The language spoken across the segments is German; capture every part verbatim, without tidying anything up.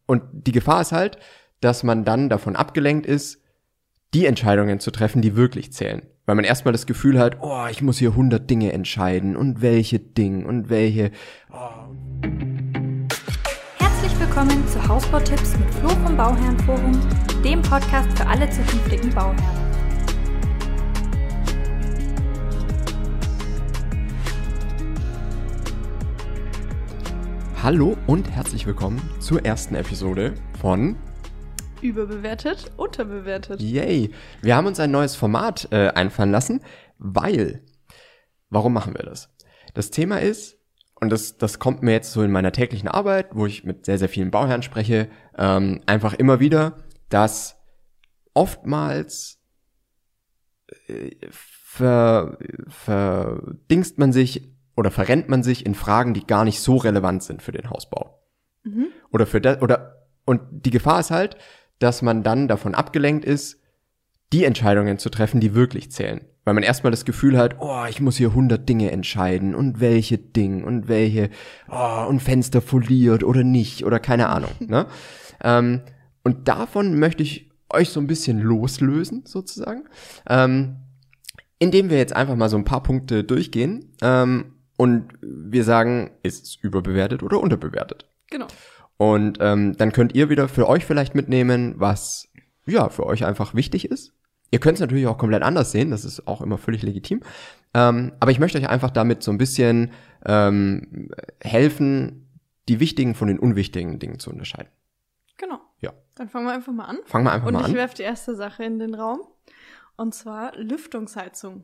und die Gefahr ist halt, dass man dann davon abgelenkt ist, die Entscheidungen zu treffen, die wirklich zählen. Weil man erstmal das Gefühl hat, oh, ich muss hier hundert Dinge entscheiden und welche Dinge und welche. Oh. Herzlich willkommen zu Hausbautipps mit Flo vom Bauherrenforum, dem Podcast für alle zukünftigen Bauherren. Hallo und herzlich willkommen zur ersten Episode von Überbewertet, unterbewertet. Yay! Wir haben uns ein neues Format äh, einfallen lassen, weil, warum machen wir das? Das Thema ist, und das, das kommt mir jetzt so in meiner täglichen Arbeit, wo ich mit sehr, sehr vielen Bauherren spreche, ähm, einfach immer wieder, dass oftmals äh, ver, verdingst man sich oder verrennt man sich in Fragen, die gar nicht so relevant sind für den Hausbau. Mhm. Oder für das, oder, und die Gefahr ist halt, dass man dann davon abgelenkt ist, die Entscheidungen zu treffen, die wirklich zählen. Weil man erstmal das Gefühl hat, oh, ich muss hier hundert Dinge entscheiden und welche Dinge und welche, oh, und Fenster foliert oder nicht oder keine Ahnung. ne? ähm, und davon möchte ich euch so ein bisschen loslösen, sozusagen, ähm, indem wir jetzt einfach mal so ein paar Punkte durchgehen ähm, und wir sagen, ist es überbewertet oder unterbewertet? Genau. Und ähm, dann könnt ihr wieder für euch vielleicht mitnehmen, was ja für euch einfach wichtig ist. Ihr könnt es natürlich auch komplett anders sehen, das ist auch immer völlig legitim. Ähm, aber ich möchte euch einfach damit so ein bisschen ähm, helfen, die wichtigen von den unwichtigen Dingen zu unterscheiden. Genau. Ja. Dann fangen wir einfach mal an. Fangen wir einfach Und mal an. Und ich werfe die erste Sache in den Raum. Und zwar Lüftungsheizung.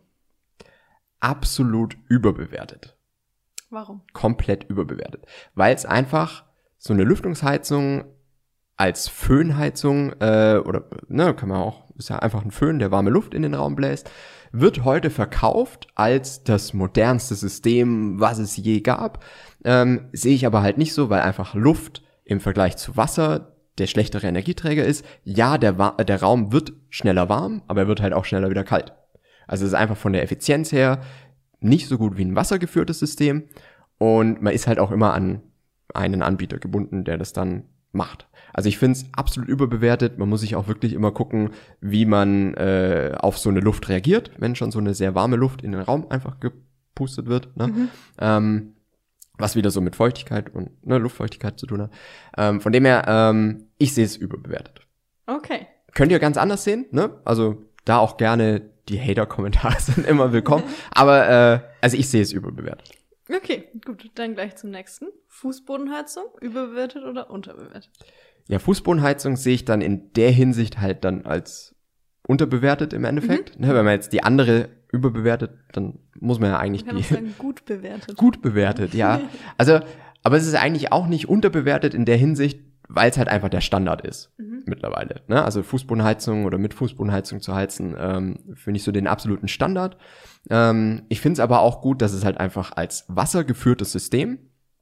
Absolut überbewertet. Warum? Komplett überbewertet. Weil es einfach so eine Lüftungsheizung als Föhnheizung, äh, oder, ne, kann man auch, ist ja einfach ein Föhn, der warme Luft in den Raum bläst, wird heute verkauft als das modernste System, was es je gab. Ähm, sehe ich aber halt nicht so, weil einfach Luft im Vergleich zu Wasser der schlechtere Energieträger ist. Ja, der, der Raum wird schneller warm, aber er wird halt auch schneller wieder kalt. Also es ist einfach von der Effizienz her nicht so gut wie ein wassergeführtes System und man ist halt auch immer an einen Anbieter gebunden, der das dann macht. Also ich finde es absolut überbewertet. Man muss sich auch wirklich immer gucken, wie man äh, auf so eine Luft reagiert, wenn schon so eine sehr warme Luft in den Raum einfach gepustet wird. Ne? Mhm. Ähm, was wieder so mit Feuchtigkeit und ne, Luftfeuchtigkeit zu tun hat. Ähm, von dem her, ähm, ich sehe es überbewertet. Okay. Könnt ihr ganz anders sehen, ne? Also da auch gerne die Hater-Kommentare sind immer willkommen. Aber äh, also ich sehe es überbewertet. Okay, gut, dann gleich zum nächsten. Fußbodenheizung, überbewertet oder unterbewertet? Ja, Fußbodenheizung sehe ich dann in der Hinsicht halt dann als unterbewertet im Endeffekt. Mhm. Ne, wenn man jetzt die andere überbewertet, dann muss man ja eigentlich man kann die... auch sagen, gut bewertet. Gut bewertet, ja. Also, aber es ist eigentlich auch nicht unterbewertet in der Hinsicht, weil es halt einfach der Standard ist mhm. mittlerweile. Ne? Also Fußbodenheizung oder mit Fußbodenheizung zu heizen, ähm, finde ich so den absoluten Standard. Ähm, ich finde es aber auch gut, dass es halt einfach als wassergeführtes System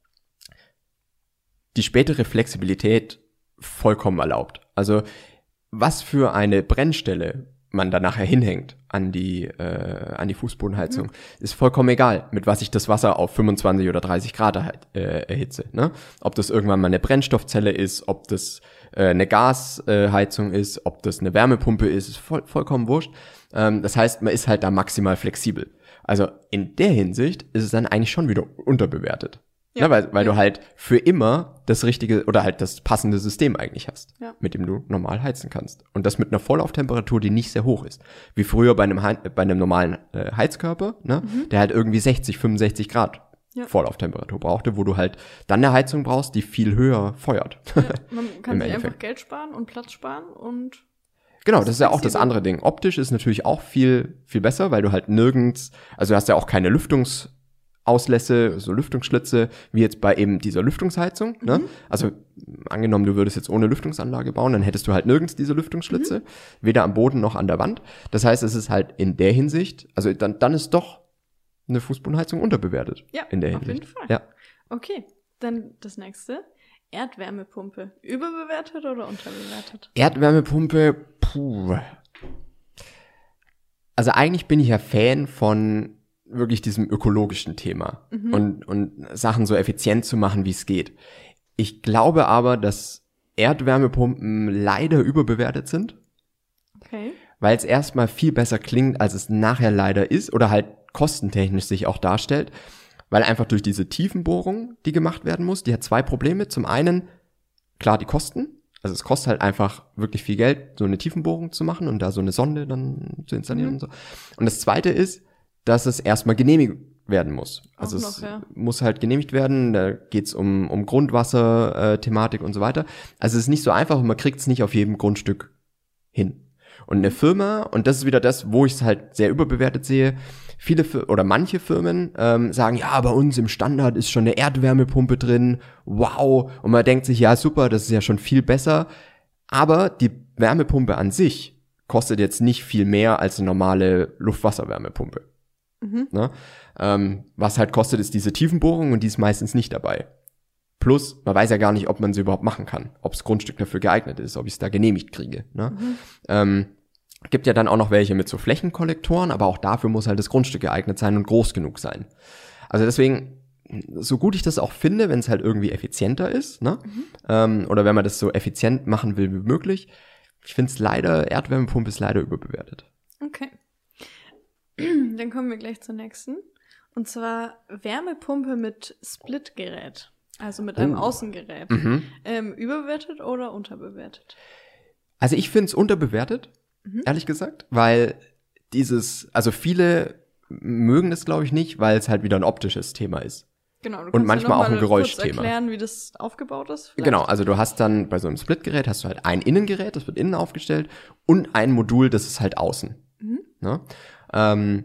die spätere Flexibilität vollkommen erlaubt. Also was für eine Brennstelle man da nachher hinhängt an die äh, an die Fußbodenheizung, mhm. ist vollkommen egal, mit was ich das Wasser auf fünfundzwanzig oder dreißig Grad erhe- äh, erhitze. Ne? Ob das irgendwann mal eine Brennstoffzelle ist, ob das äh, eine Gasheizung äh, ist, ob das eine Wärmepumpe ist, ist voll, vollkommen wurscht. Ähm, das heißt, man ist halt da maximal flexibel. Also in der Hinsicht ist es dann eigentlich schon wieder unterbewertet. Ja, ne, weil weil ja. du halt für immer das richtige oder halt das passende System eigentlich hast, ja. mit dem du normal heizen kannst. Und das mit einer Volllauftemperatur, die nicht sehr hoch ist. Wie früher bei einem, He- bei einem normalen äh, Heizkörper, ne, mhm. der halt irgendwie sechzig, fünfundsechzig Grad ja. Volllauftemperatur brauchte, wo du halt dann eine Heizung brauchst, die viel höher feuert. Ja, man kann sich einfach Geld sparen und Platz sparen und Genau, das ist ja auch das andere Ding. Optisch ist natürlich auch viel, viel besser, weil du halt nirgends, also du hast ja auch keine Lüftungs- Auslässe, so Lüftungsschlitze, wie jetzt bei eben dieser Lüftungsheizung. Mhm. Ne? Also angenommen, du würdest jetzt ohne Lüftungsanlage bauen, dann hättest du halt nirgends diese Lüftungsschlitze, mhm. weder am Boden noch an der Wand. Das heißt, es ist halt in der Hinsicht, also dann, dann ist doch eine Fußbodenheizung unterbewertet. Ja, in der auf Hinsicht. jeden Fall. Ja. Okay, dann das nächste. Erdwärmepumpe. Überbewertet oder unterbewertet? Erdwärmepumpe, puh. Also eigentlich bin ich ja Fan von wirklich diesem ökologischen Thema mhm. und, und Sachen so effizient zu machen, wie es geht. Ich glaube aber, dass Erdwärmepumpen leider überbewertet sind. Okay. Weil es erstmal viel besser klingt, als es nachher leider ist oder halt kostentechnisch sich auch darstellt. Weil einfach durch diese Tiefenbohrung, die gemacht werden muss, die hat zwei Probleme. Zum einen, klar, die Kosten. Also es kostet halt einfach wirklich viel Geld, so eine Tiefenbohrung zu machen und da so eine Sonde dann zu installieren Mhm. und so. Und das zweite ist, dass es erstmal genehmigt werden muss. Also Auch noch, es ja. muss halt genehmigt werden, da geht's um, um Grundwasser-Thematik und so weiter. Also es ist nicht so einfach und man kriegt's nicht auf jedem Grundstück hin. Und eine Firma, und das ist wieder das, wo ich es halt sehr überbewertet sehe, viele Fir- oder manche Firmen ähm, sagen, ja, bei uns im Standard ist schon eine Erdwärmepumpe drin, wow. Und man denkt sich, ja, super, das ist ja schon viel besser. Aber die Wärmepumpe an sich kostet jetzt nicht viel mehr als eine normale Luftwasserwärmepumpe. Mhm. Ne? Ähm, was halt kostet, ist diese Tiefenbohrung und die ist meistens nicht dabei. Plus, man weiß ja gar nicht, ob man sie überhaupt machen kann, ob das Grundstück dafür geeignet ist, ob ich es da genehmigt kriege. Ne? Mhm. Ähm, gibt ja dann auch noch welche mit so Flächenkollektoren, aber auch dafür muss halt das Grundstück geeignet sein und groß genug sein. Also deswegen, so gut ich das auch finde, wenn es halt irgendwie effizienter ist, ne? Mhm. Ähm, oder wenn man das so effizient machen will wie möglich, ich finde es leider, Erdwärmepumpe ist leider überbewertet. Okay. Dann kommen wir gleich zur nächsten. Und zwar Wärmepumpe mit Splitgerät. Also mit einem Oh. Außengerät. Mhm. Ähm, überbewertet oder unterbewertet? Also ich finde es unterbewertet, Mhm. ehrlich gesagt, weil dieses, also viele mögen das, glaube ich, nicht, weil es halt wieder ein optisches Thema ist. Genau. Du Und kannst manchmal ja auch ein noch mal kurz Geräuschthema. erklären, wie das aufgebaut ist? Vielleicht? Genau, also du hast dann bei so einem Splitgerät hast du halt ein Innengerät, das wird innen aufgestellt, und ein Modul, das ist halt außen. Mhm. Ne? Ähm,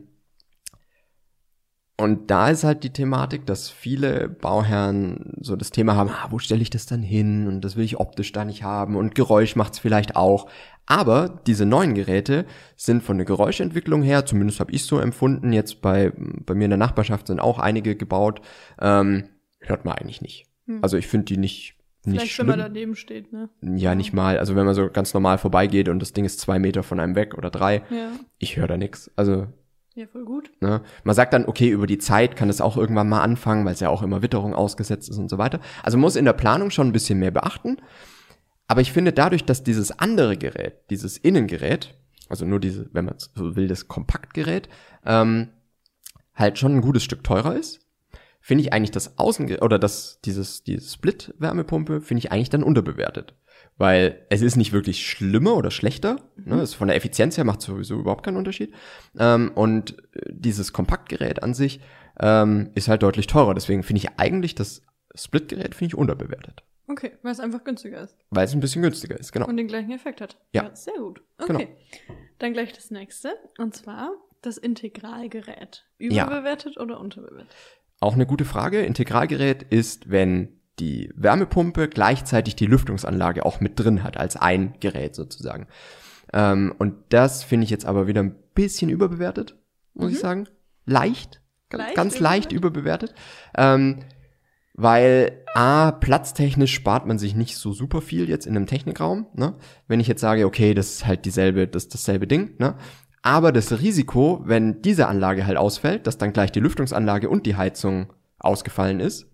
und da ist halt die Thematik, dass viele Bauherren so das Thema haben, ah, wo stelle ich das dann hin? Und das will ich optisch da nicht haben und Geräusch macht's vielleicht auch. Aber diese neuen Geräte sind von der Geräuschentwicklung her, zumindest habe ich so empfunden, jetzt bei, bei mir in der Nachbarschaft sind auch einige gebaut, ähm, hört man eigentlich nicht. Hm. Also ich finde die nicht, nicht Vielleicht, schlimm. wenn man daneben steht, ne? Ja, nicht mal. Also wenn man so ganz normal vorbeigeht und das Ding ist zwei Meter von einem weg oder drei, Ja. ich höre da nix. Also, Ja, voll gut. ne, man sagt dann, okay, über die Zeit kann es auch irgendwann mal anfangen, weil es ja auch immer Witterung ausgesetzt ist und so weiter. Also man muss in der Planung schon ein bisschen mehr beachten. Aber ich finde dadurch, dass dieses andere Gerät, dieses Innengerät, also nur diese, wenn man so will, das Kompaktgerät, ähm, halt schon ein gutes Stück teurer ist, finde ich eigentlich das Außen oder das dieses dieses Split-Wärmepumpe finde ich eigentlich dann unterbewertet, weil es ist nicht wirklich schlimmer oder schlechter, ne, ist von der Effizienz her macht sowieso überhaupt keinen Unterschied, ähm, und dieses Kompaktgerät an sich ähm, ist halt deutlich teurer, deswegen finde ich eigentlich das Split-Gerät finde ich unterbewertet, Okay, weil es einfach günstiger ist. weil es ein bisschen günstiger ist, genau. Und den gleichen Effekt hat. Ja. Sehr gut. Okay. Genau. Dann gleich das nächste. Und zwar das Integralgerät. Ja. Überbewertet oder unterbewertet? Auch eine gute Frage. Integralgerät ist, wenn die Wärmepumpe gleichzeitig die Lüftungsanlage auch mit drin hat, als ein Gerät sozusagen. Ähm, und das finde ich jetzt aber wieder ein bisschen überbewertet, muss Mhm. ich sagen. Leicht, ganz Leicht ganz leicht überbewertet. Ähm, weil A, platztechnisch spart man sich nicht so super viel jetzt in einem Technikraum, ne? Wenn ich jetzt sage, okay, das ist halt dieselbe, das ist dasselbe Ding, ne? Aber das Risiko, wenn diese Anlage halt ausfällt, dass dann gleich die Lüftungsanlage und die Heizung ausgefallen ist,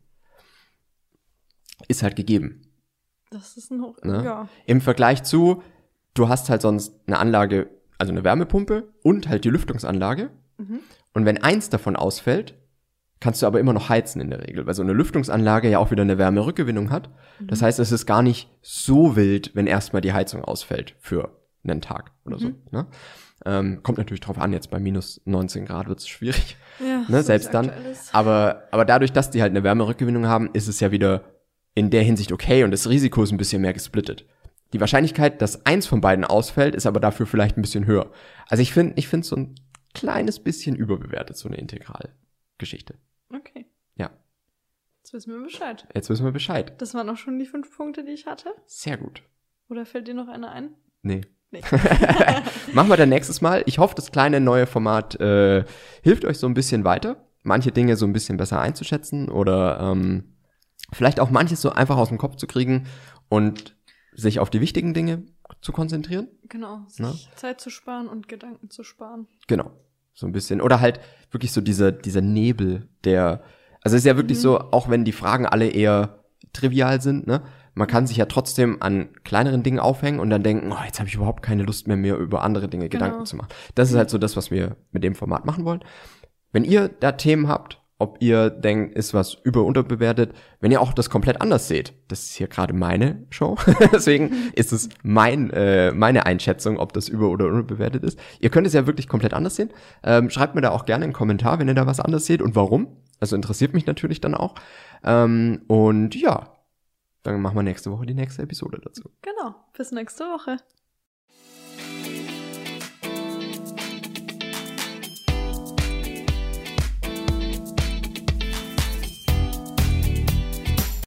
ist halt gegeben. Das ist ein Hoch... Ne? Ja. Im Vergleich zu, du hast halt sonst eine Anlage, also eine Wärmepumpe und halt die Lüftungsanlage. Mhm. Und wenn eins davon ausfällt, kannst du aber immer noch heizen in der Regel, weil so eine Lüftungsanlage ja auch wieder eine Wärmerückgewinnung hat. Mhm. Das heißt, es ist gar nicht so wild, wenn erstmal die Heizung ausfällt für einen Tag oder so. Mhm. Ne? Ähm, kommt natürlich drauf an, jetzt bei minus neunzehn Grad wird es schwierig, Ja, ne, so selbst wie dann. aktuell ist. Aber, aber dadurch, dass die halt eine Wärmerückgewinnung haben, ist es ja wieder in der Hinsicht okay und das Risiko ist ein bisschen mehr gesplittet. Die Wahrscheinlichkeit, dass eins von beiden ausfällt, ist aber dafür vielleicht ein bisschen höher. Also ich finde, ich finde so ein kleines bisschen überbewertet, so eine Integralgeschichte. Okay. Ja. Jetzt wissen wir Bescheid. Jetzt wissen wir Bescheid. Das waren auch schon die fünf Punkte, die ich hatte. Sehr gut. Oder fällt dir noch einer ein? Nee. Nee. Machen wir dann nächstes Mal. Ich hoffe, das kleine neue Format äh, hilft euch so ein bisschen weiter, manche Dinge so ein bisschen besser einzuschätzen oder ähm, vielleicht auch manches so einfach aus dem Kopf zu kriegen und sich auf die wichtigen Dinge zu konzentrieren. Genau. Sich Ne? Zeit zu sparen und Gedanken zu sparen. Genau. So ein bisschen. Oder halt wirklich so dieser, dieser Nebel, der, also es ist ja wirklich Mhm. so, auch wenn die Fragen alle eher trivial sind, ne? man kann sich ja trotzdem an kleineren Dingen aufhängen und dann denken, oh, jetzt habe ich überhaupt keine Lust mehr, mir über andere Dinge Genau. Gedanken zu machen. Das ist halt so das, was wir mit dem Format machen wollen. Wenn ihr da Themen habt, ob ihr denkt, ist was über- unterbewertet, wenn ihr auch das komplett anders seht, das ist hier gerade meine Show, deswegen ist es mein äh, meine Einschätzung, ob das über- oder unterbewertet ist. Ihr könnt es ja wirklich komplett anders sehen. Ähm, schreibt mir da auch gerne einen Kommentar, wenn ihr da was anders seht und warum. Also interessiert mich natürlich dann auch. Ähm, und ja, dann machen wir nächste Woche die nächste Episode dazu. Genau. Bis nächste Woche.